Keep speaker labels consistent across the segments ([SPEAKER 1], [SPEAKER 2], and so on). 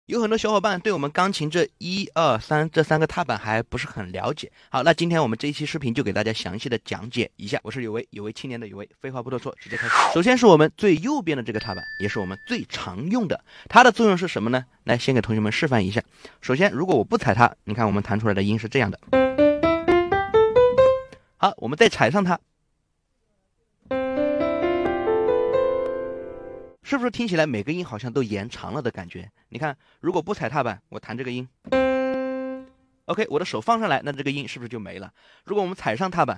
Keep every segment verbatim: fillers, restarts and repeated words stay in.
[SPEAKER 1] 有很多小伙伴对我们钢琴这一二三这三个踏板还不是很了解。好，那今天我们这一期视频就给大家详细的讲解一下。我是有为，有为青年的有为。废话不多说，直接开始。首先是我们最右边的这个踏板，也是我们最常用的。它的作用是什么呢？来，先给同学们示范一下。首先，如果我不踩它，你看我们弹出来的音是这样的。好，我们再踩上它。是不是听起来每个音好像都延长了的感觉？你看，如果不踩踏板，我弹这个音 ，OK， 我的手放上来，那这个音是不是就没了？如果我们踩上踏板，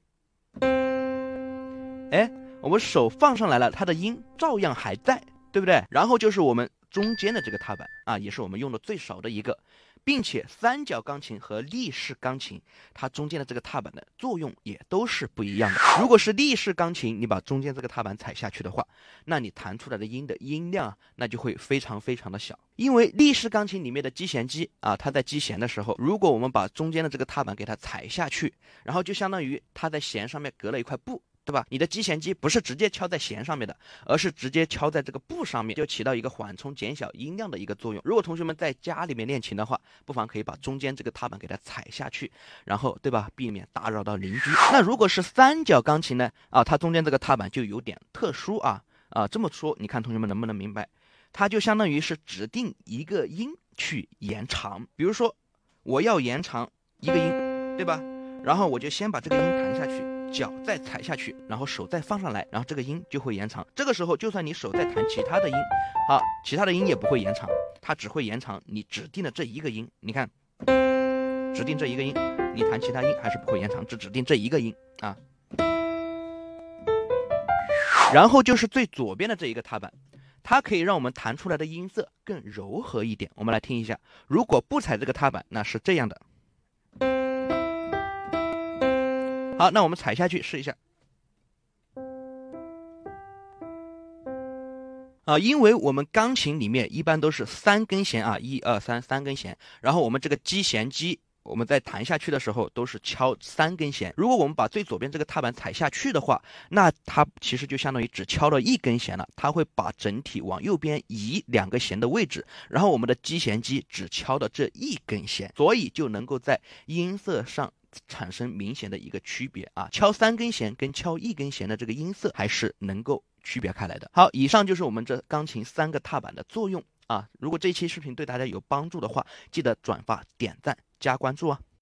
[SPEAKER 1] 哎，我们手放上来了，它的音照样还在，对不对？然后就是我们中间的这个踏板啊，也是我们用的最少的一个，并且三角钢琴和立式钢琴，它中间的这个踏板的作用也都是不一样的。如果是立式钢琴，你把中间这个踏板踩下去的话，那你弹出来的音的音量那就会非常非常的小。因为立式钢琴里面的击弦机啊，它在击弦的时候，如果我们把中间的这个踏板给它踩下去，然后就相当于它在弦上面隔了一块布。对吧？你的击弦机不是直接敲在弦上面的，而是直接敲在这个布上面，就起到一个缓冲、减小音量的一个作用。如果同学们在家里面练琴的话，不妨可以把中间这个踏板给它踩下去，然后对吧，避免打扰到邻居。那如果是三角钢琴呢？啊，它中间这个踏板就有点特殊啊啊，这么说，你看同学们能不能明白？它就相当于是指定一个音去延长，比如说我要延长一个音，对吧？然后我就先把这个音弹下去。脚再踩下去，然后手再放上来，然后这个音就会延长。这个时候，就算你手再弹其他的音，好，其他的音也不会延长，它只会延长你指定的这一个音。你看，指定这一个音，你弹其他音还是不会延长，只指定这一个音啊。然后就是最左边的这一个踏板，它可以让我们弹出来的音色更柔和一点。我们来听一下，如果不踩这个踏板，那是这样的。好，那我们踩下去试一下。啊，因为我们钢琴里面一般都是三根弦啊，一二三，三根弦。然后我们这个击弦机，我们在弹下去的时候都是敲三根弦。如果我们把最左边这个踏板踩下去的话，那它其实就相当于只敲了一根弦了，它会把整体往右边移两个弦的位置，然后我们的击弦机只敲的这一根弦，所以就能够在音色上产生明显的一个区别啊，敲三根弦跟敲一根弦的这个音色还是能够区别开来的。好，以上就是我们这钢琴三个踏板的作用啊。如果这期视频对大家有帮助的话，记得转发、点赞、加关注啊。